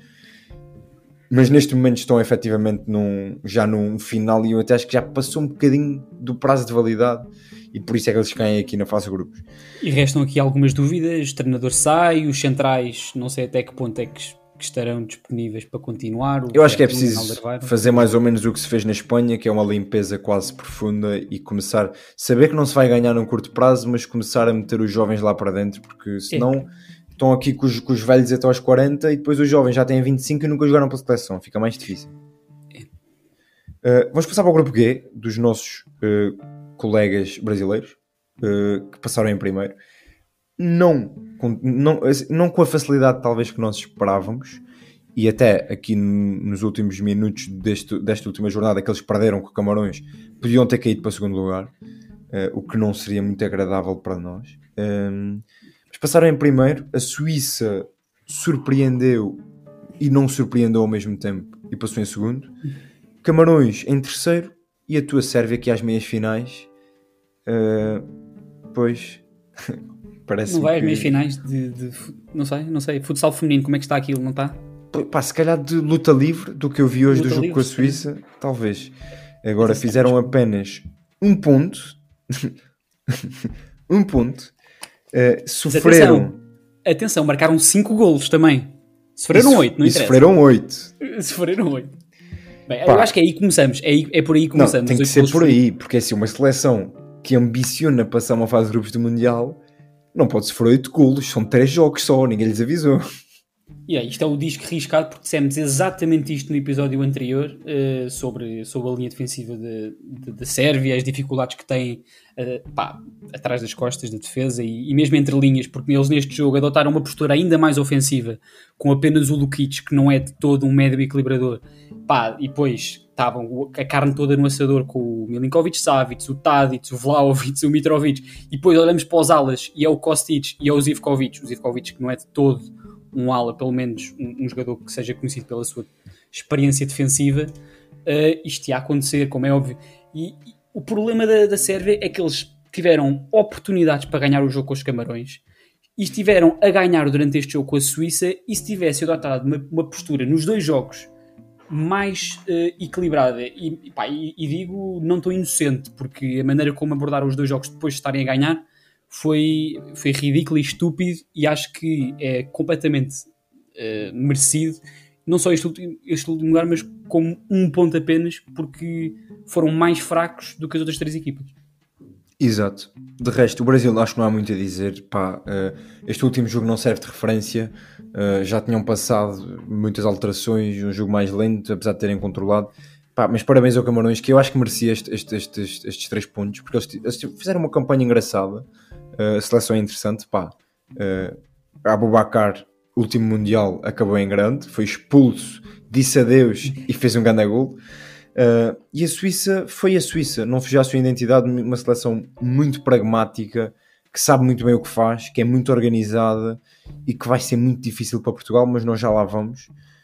mas neste momento estão efetivamente num, já num final e eu até acho que já passou um bocadinho do prazo de validade e por isso é que eles caem aqui na fase de grupos. E restam aqui algumas dúvidas, o treinador sai, os centrais não sei até que ponto é que, que estarão disponíveis para continuar. Eu acho que é preciso fazer mais ou menos o que se fez na Espanha, que é uma limpeza quase profunda e começar, saber que não se vai ganhar num curto prazo, mas começar a meter os jovens lá para dentro, porque senão é. estão aqui com os, com os velhos até aos quarenta e depois os jovens já têm vinte e cinco e nunca jogaram para a seleção, fica mais difícil. É. Uh, vamos passar para o grupo G dos nossos uh, colegas brasileiros uh, que passaram em primeiro. Não com, não, não com a facilidade talvez que nós esperávamos e até aqui nos últimos minutos deste, desta última jornada que eles perderam com o Camarões podiam ter caído para o segundo lugar, uh, o que não seria muito agradável para nós. Um, mas passaram em primeiro. A Suíça surpreendeu e não surpreendeu ao mesmo tempo e passou em segundo. Camarões em terceiro e a tua Sérvia aqui às meias finais. Uh, pois parece não vai que... às meias finais de, de, não sei, não sei, futsal feminino, como é que está aquilo, não está? Pá, se calhar de luta livre do que eu vi hoje luta do jogo livre, com a Suíça, sim. Talvez. Agora fizeram apenas um ponto um ponto uh, sofreram atenção, atenção, marcaram cinco golos também, sofreram oito, não interessa. Sofreram oito sofreram oito. Bem, eu acho que é aí que começamos, é, aí, é por aí que começamos. Não, tem que ser por aí, porque é assim, uma seleção que ambiciona passar uma fase de grupos do Mundial não pode sofrer oito golos, são três jogos só, ninguém lhes avisou. Yeah, isto é o disco riscado porque dissemos exatamente isto no episódio anterior uh, sobre, sobre a linha defensiva da de, de, de Sérvia, as dificuldades que têm uh, pá, atrás das costas da defesa e, e mesmo entre linhas, porque eles neste jogo adotaram uma postura ainda mais ofensiva com apenas o Lukic, que não é de todo um médio equilibrador, pá, e depois estavam a carne toda no assador com o Milinkovic-Savic, o Tadic, o Vlahovic, o Mitrovic, e depois olhamos para os alas e é o Kostic e é o Zivkovic, o Zivkovic que não é de todo um ala, pelo menos um, um jogador que seja conhecido pela sua experiência defensiva, uh, isto ia acontecer, como é óbvio. E, e o problema da, da Sérvia é que eles tiveram oportunidades para ganhar o jogo com os Camarões e estiveram a ganhar durante este jogo com a Suíça, e se tivesse adotado uma, uma postura nos dois jogos mais uh, equilibrada e, pá, e, e digo, não estou inocente, porque a maneira como abordaram os dois jogos depois de estarem a ganhar Foi, foi ridículo e estúpido, e acho que é completamente uh, merecido, não só este último, este último lugar, mas como um ponto apenas, porque foram mais fracos do que as outras três equipas. Exato. De resto, o Brasil acho que não há muito a dizer. Pá, uh, este último jogo não serve de referência. Uh, já tinham passado muitas alterações, um jogo mais lento, apesar de terem controlado. Pá, mas parabéns ao Camarões, que eu acho que merecia este, este, estes, estes três pontos, porque eles, eles fizeram uma campanha engraçada. Uh, a seleção é interessante, pá. Uh, Aboubakar, último Mundial, acabou em grande, foi expulso, disse adeus e fez um grande gol. Uh, e a Suíça foi a Suíça, não fugiu à sua identidade, uma seleção muito pragmática, que sabe muito bem o que faz, que é muito organizada e que vai ser muito difícil para Portugal, mas nós já lá vamos.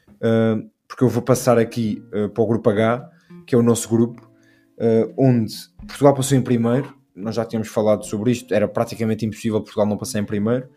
Uh, porque eu vou passar aqui uh, para o grupo H, que é o nosso grupo, uh, onde Portugal passou em primeiro. Nós já tínhamos falado sobre isto, era praticamente impossível Portugal não passar em primeiro,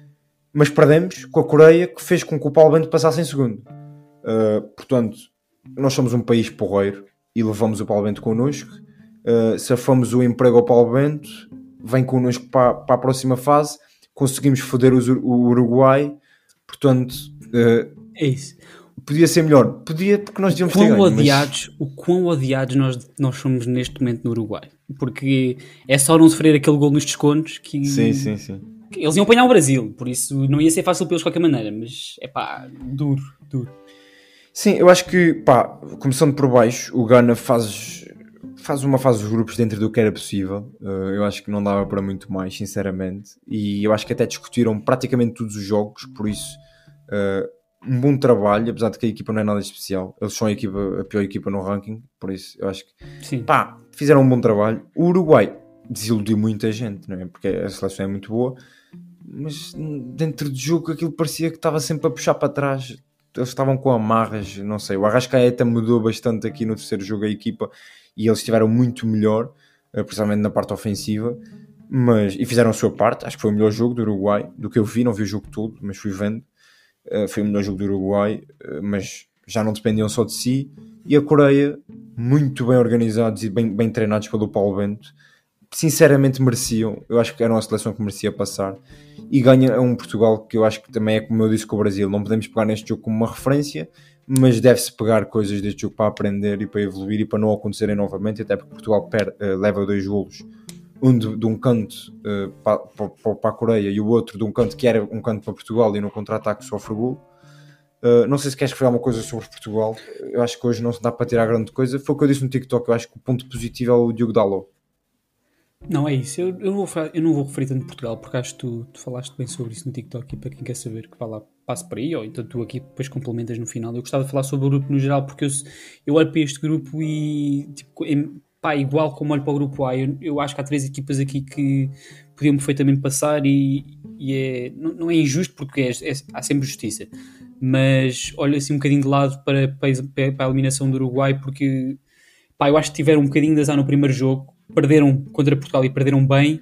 mas perdemos com a Coreia, que fez com que o Paulo Bento passasse em segundo. Uh, portanto, nós somos um país porreiro e levamos o Paulo Bento connosco. Uh, se fomos o emprego ao Paulo Bento, vem connosco para, para a próxima fase, conseguimos foder os, o Uruguai, portanto... Uh, é isso. Podia ser melhor, podia, porque nós devíamos ter ganho. Odiados, mas... O quão odiados nós, nós somos neste momento no Uruguai, porque é só não sofrer aquele gol nos descontos que, sim, sim, sim. que eles iam apanhar o Brasil, por isso não ia ser fácil para eles de qualquer maneira, mas é pá, duro, duro. Sim, eu acho que, pá, começando por baixo, o Ghana faz, faz uma fase dos grupos dentro do que era possível. Uh, eu acho que não dava para muito mais, sinceramente, e eu acho que até discutiram praticamente todos os jogos, por isso... Uh, um bom trabalho, apesar de que a equipa não é nada especial. Eles são a, equipa, a pior equipa no ranking, por isso eu acho que Sim. Pá, fizeram um bom trabalho. O Uruguai desiludiu muita gente, não é? Porque a seleção é muito boa, mas dentro do jogo aquilo parecia que estava sempre a puxar para trás. Eles estavam com amarras, não sei. O Arrascaeta mudou bastante aqui no terceiro jogo a equipa e eles estiveram muito melhor, principalmente na parte ofensiva, mas, e fizeram a sua parte. Acho que foi o melhor jogo do Uruguai, do que eu vi, não vi o jogo todo, mas fui vendo. Uh, foi o melhor jogo do Uruguai, uh, mas já não dependiam só de si. E a Coreia, muito bem organizados e bem, bem treinados pelo Paulo Bento, sinceramente mereciam. Eu acho que era uma seleção que merecia passar, e ganha um Portugal que eu acho que também é como eu disse com o Brasil, não podemos pegar neste jogo como uma referência, mas deve-se pegar coisas deste jogo para aprender e para evoluir e para não acontecerem novamente, até porque Portugal per, uh, leva dois golos, um de, de um canto uh, para, para, para a Coreia e o outro de um canto que era um canto para Portugal, e no contra-ataque sofre gol. Uh, não sei se queres referir alguma coisa sobre Portugal. Eu acho que hoje não se dá para tirar grande coisa. Foi o que eu disse no TikTok. Eu acho que o ponto positivo é o Diogo Dalot. Não, é isso. Eu, eu, não, vou, eu não vou referir tanto Portugal, porque acho que tu, tu falaste bem sobre isso no TikTok, e para quem quer saber que vá lá, passe por aí, ou então tu aqui depois complementas no final. Eu gostava de falar sobre o grupo no geral, porque eu, eu olho para este grupo e tipo, pá, igual como olho para o grupo A, eu, eu acho que há três equipas aqui que podiam perfeitamente passar, e, e é, não, não é injusto, porque é, é, há sempre justiça, mas olho assim um bocadinho de lado para, para, para a eliminação do Uruguai, porque pá, eu acho que tiveram um bocadinho de azar no primeiro jogo, perderam contra Portugal e perderam bem,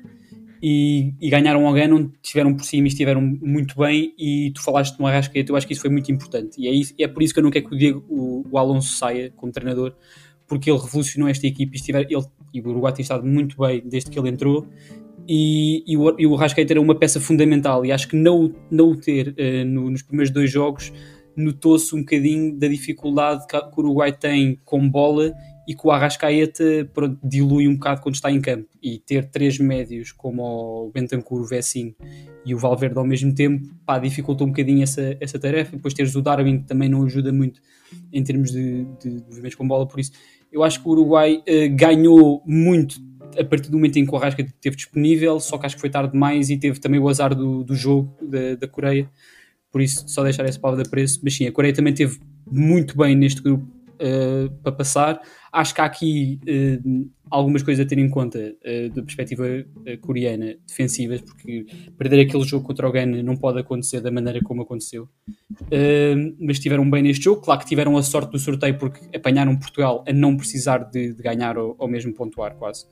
e, e ganharam ao Ghana, onde estiveram por cima e estiveram muito bem, e tu falaste no Arrascaeta, eu acho que isso foi muito importante, e é, isso, é por isso que eu não quero que o, Diego, o, o Alonso saia como treinador, porque ele revolucionou esta equipe, e, estiver, ele, e o Uruguai tem estado muito bem desde que ele entrou, e, e, o, e o Arrascaeta era uma peça fundamental, e acho que não, não o ter uh, no, nos primeiros dois jogos notou-se um bocadinho da dificuldade que o Uruguai tem com bola e que o Arrascaeta pronto, dilui um bocado quando está em campo, e ter três médios como o Bentancur, o Vecino e o Valverde ao mesmo tempo, pá, dificulta um bocadinho essa, essa tarefa. Depois teres o Darwin, que também não ajuda muito em termos de, de, de movimentos com bola. Por isso eu acho que o Uruguai uh, ganhou muito a partir do momento em que o Arrascaeta esteve disponível, só que acho que foi tarde demais e teve também o azar do, do jogo da, da Coreia. Por isso só deixar essa palavra de apreço. Mas sim, a Coreia também teve muito bem neste grupo uh, para passar. Acho que há aqui uh, algumas coisas a ter em conta uh, da perspectiva uh, coreana, defensivas, porque perder aquele jogo contra o Ghana não pode acontecer da maneira como aconteceu. Uh, mas estiveram bem neste jogo. Claro que tiveram a sorte do sorteio porque apanharam Portugal a não precisar de, de ganhar ou, ou mesmo pontuar quase.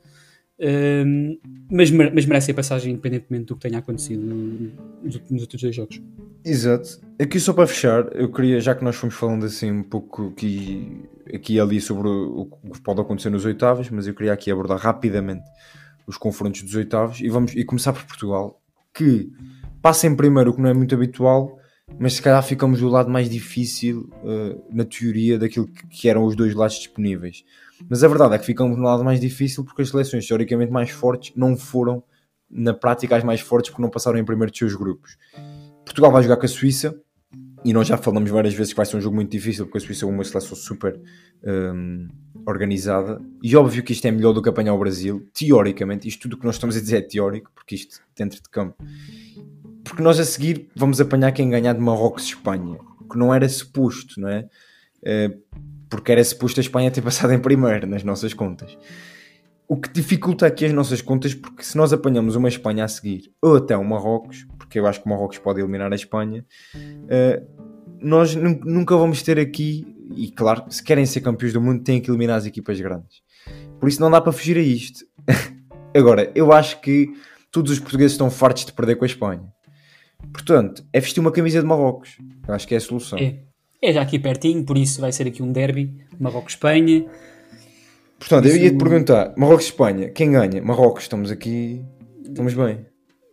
Uh, mas, mas merece a passagem independentemente do que tenha acontecido nos, nos outros dois jogos. Exato. Aqui só para fechar, eu queria, já que nós fomos falando assim um pouco aqui, aqui e ali sobre o, o que pode acontecer nos oitavos, mas eu queria aqui abordar rapidamente os confrontos dos oitavos e, vamos, e começar por Portugal, que passa em primeiro, o que não é muito habitual, mas se calhar ficamos do lado mais difícil uh, na teoria daquilo que, que eram os dois lados disponíveis. Mas a verdade é que ficamos no lado mais difícil porque as seleções teoricamente mais fortes não foram na prática as mais fortes porque não passaram em primeiro dos seus grupos. Portugal vai jogar com a Suíça e nós já falamos várias vezes que vai ser um jogo muito difícil porque a Suíça é uma seleção super um, organizada e óbvio que isto é melhor do que apanhar o Brasil, teoricamente. Isto tudo o que nós estamos a dizer é teórico, porque isto dentro de campo, porque nós a seguir vamos apanhar quem ganhar de Marrocos e Espanha, que não era suposto, não é? Uh, porque era suposto a Espanha ter passado em primeiro nas nossas contas. O que dificulta aqui as nossas contas, porque se nós apanhamos uma Espanha a seguir, ou até o Marrocos, porque eu acho que o Marrocos pode eliminar a Espanha, uh, nós nunca vamos ter aqui, e claro, se querem ser campeões do mundo, têm que eliminar as equipas grandes. Por isso não dá para fugir a isto. Agora, eu acho que todos os portugueses estão fartos de perder com a Espanha. Portanto, é vestir uma camisa de Marrocos. Eu acho que é a solução. É. É já aqui pertinho, por isso vai ser aqui um derby, Marrocos-Espanha. Portanto, isso... eu ia-te perguntar, Marrocos-Espanha, quem ganha? Marrocos, estamos aqui, estamos bem.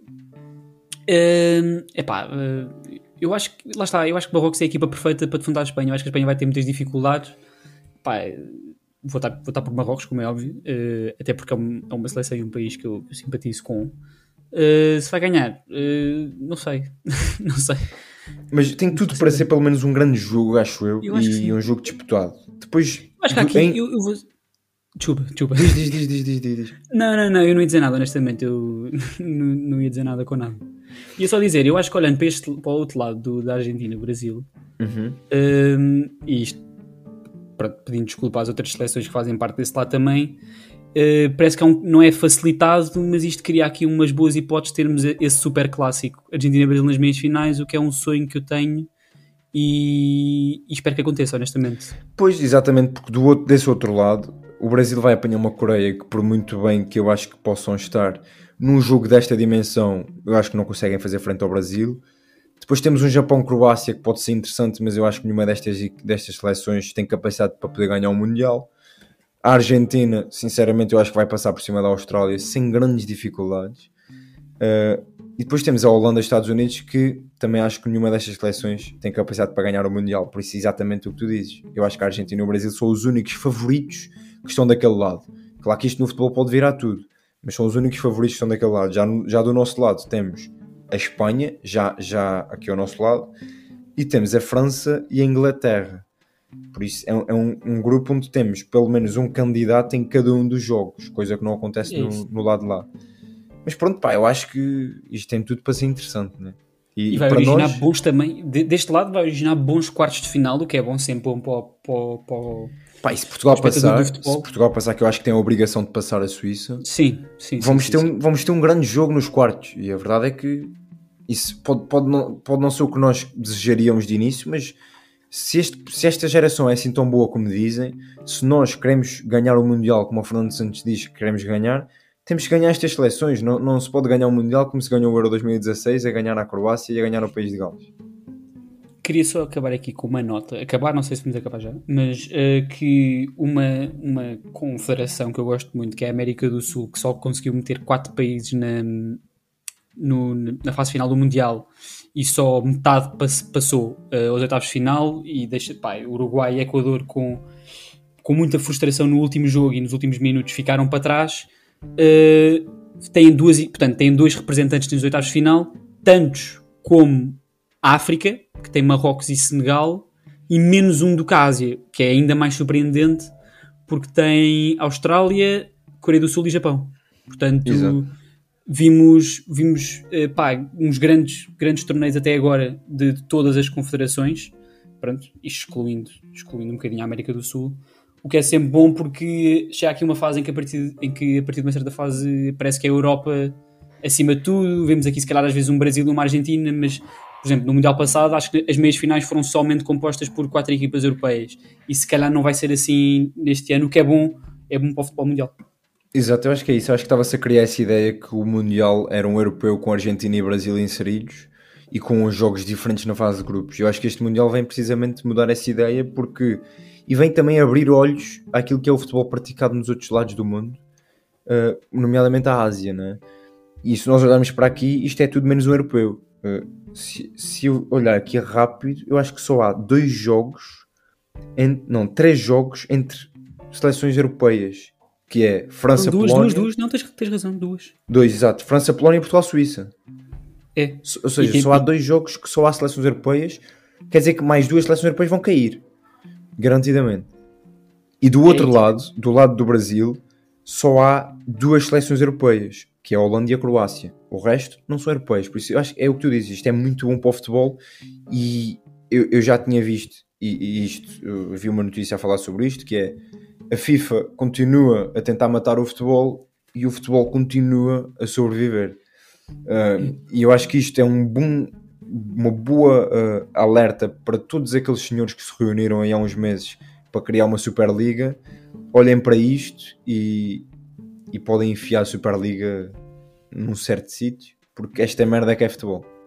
Uh, epá, uh, eu acho que, lá está, eu acho que Marrocos é a equipa perfeita para defrontar a Espanha. Eu acho que a Espanha vai ter muitas dificuldades. Epá, vou estar, vou estar por Marrocos, como é óbvio, uh, até porque é, um, é uma seleção e um país que eu, que eu simpatizo com. Uh, se vai ganhar, uh, não sei, não sei. Mas tem tudo para ser pelo menos um grande jogo, acho eu, eu acho e um jogo disputado. Depois, acho que aqui em... eu, eu vou... Desculpa, desculpa. Diz, diz, diz, diz, diz, diz. Não, não, não, eu não ia dizer nada, honestamente. Eu não, não ia dizer nada com nada. Ia só dizer, eu acho que olhando para, este, para o outro lado do, da Argentina, Brasil, uhum. um, e isto, para, pedindo desculpa às outras seleções que fazem parte desse lado também, uh, parece que é um, não é facilitado, mas isto cria aqui umas boas hipóteses de termos esse super clássico Argentina-Brasil nas meias finais, o que é um sonho que eu tenho e, e espero que aconteça, honestamente. Pois, exatamente, porque do outro, desse outro lado o Brasil vai apanhar uma Coreia que, por muito bem que eu acho que possam estar num jogo desta dimensão, eu acho que não conseguem fazer frente ao Brasil. Depois temos um Japão-Croácia que pode ser interessante, mas eu acho que nenhuma destas, destas seleções tem capacidade para poder ganhar um Mundial. A Argentina, sinceramente, eu acho que vai passar por cima da Austrália sem grandes dificuldades. Uh, e depois temos a Holanda e os Estados Unidos, que também acho que nenhuma destas seleções tem capacidade para ganhar o Mundial. Por isso, exatamente o que tu dizes. Eu acho que a Argentina e o Brasil são os únicos favoritos que estão daquele lado. Claro que isto no futebol pode virar tudo, mas são os únicos favoritos que estão daquele lado. Já, no, já do nosso lado temos a Espanha, já, já aqui ao nosso lado, e temos a França e a Inglaterra. Por isso é, um, é um, um grupo onde temos pelo menos um candidato em cada um dos jogos, coisa que não acontece no, no lado de lá. Mas pronto, pá, eu acho que isto tem tudo para ser interessante, né? E, e vai para originar nós... bons também, de, deste lado vai originar bons quartos de final, o que é bom sempre bom para, para, para, Pá, e se Portugal passar, se Portugal passar, que eu acho que tem a obrigação de passar a Suíça, sim, sim, vamos, sim, ter sim, um, vamos ter um grande jogo nos quartos. E a verdade é que isso pode, pode, não, pode não ser o que nós desejaríamos de início, mas se, este, se esta geração é assim tão boa como dizem, se nós queremos ganhar o Mundial, como o Fernando Santos diz que queremos ganhar, temos que ganhar estas seleções. Não, não se pode ganhar o Mundial como se ganhou o Euro dois mil e dezasseis, a ganhar a Croácia e a ganhar o país de Gales. Queria só acabar aqui com uma nota, acabar, não sei se vamos acabar já, mas uh, que uma, uma confederação que eu gosto muito, que é a América do Sul, que só conseguiu meter quatro países na, no, na fase final do Mundial e só metade pass, passou uh, aos oitavos de final, e deixa, pá, Uruguai e Equador com, com muita frustração no último jogo e nos últimos minutos ficaram para trás, uh, têm, duas, portanto, têm dois representantes nos oitavos de final, tantos como a África, que tem Marrocos e Senegal, e menos um do Ásia, que é ainda mais surpreendente, porque tem Austrália, Coreia do Sul e Japão. Portanto, Exato. vimos, vimos uh, pá, uns grandes, grandes torneios até agora de, de todas as confederações, pronto, isto excluindo, excluindo um bocadinho a América do Sul, o que é sempre bom porque já há aqui uma fase em que a partir, em que, a partir de uma certa fase parece que é a Europa acima de tudo. Vemos aqui se calhar às vezes um Brasil e uma Argentina, mas por exemplo no Mundial passado acho que as meias finais foram somente compostas por quatro equipas europeias e se calhar não vai ser assim neste ano, o que é bom, é bom para o futebol mundial. Exato, eu acho que é isso. Eu acho que estava-se a criar essa ideia que o Mundial era um europeu com Argentina e Brasil inseridos e com os jogos diferentes na fase de grupos. Eu acho que este Mundial vem precisamente mudar essa ideia porque... e vem também abrir olhos àquilo que é o futebol praticado nos outros lados do mundo, uh, nomeadamente a Ásia, né? E se nós olharmos para aqui, isto é tudo menos um europeu. Uh, se, se eu olhar aqui rápido, eu acho que só há dois jogos, en, não, três jogos entre seleções europeias, que é França, duas, Polónia... Duas, duas, não, tens, tens razão, duas. Dois, exato. França, Polónia e Portugal, Suíça. É. Ou seja, tem... só há dois jogos que só há seleções europeias, quer dizer que mais duas seleções europeias vão cair. Garantidamente. E do outro é, lado, do lado do Brasil, só há duas seleções europeias, que é a Holanda e a Croácia. O resto não são europeias. Por isso, eu acho que é o que tu dizes. Isto é muito bom para o futebol e eu, eu já tinha visto, e, e isto, eu vi uma notícia a falar sobre isto, que é a FIFA continua a tentar matar o futebol e o futebol continua a sobreviver. Uh, e eu acho que isto é um bom... uma boa uh, alerta para todos aqueles senhores que se reuniram aí há uns meses para criar uma Superliga. Olhem para isto e, e podem enfiar a Superliga num certo sítio, porque esta merda é que é futebol.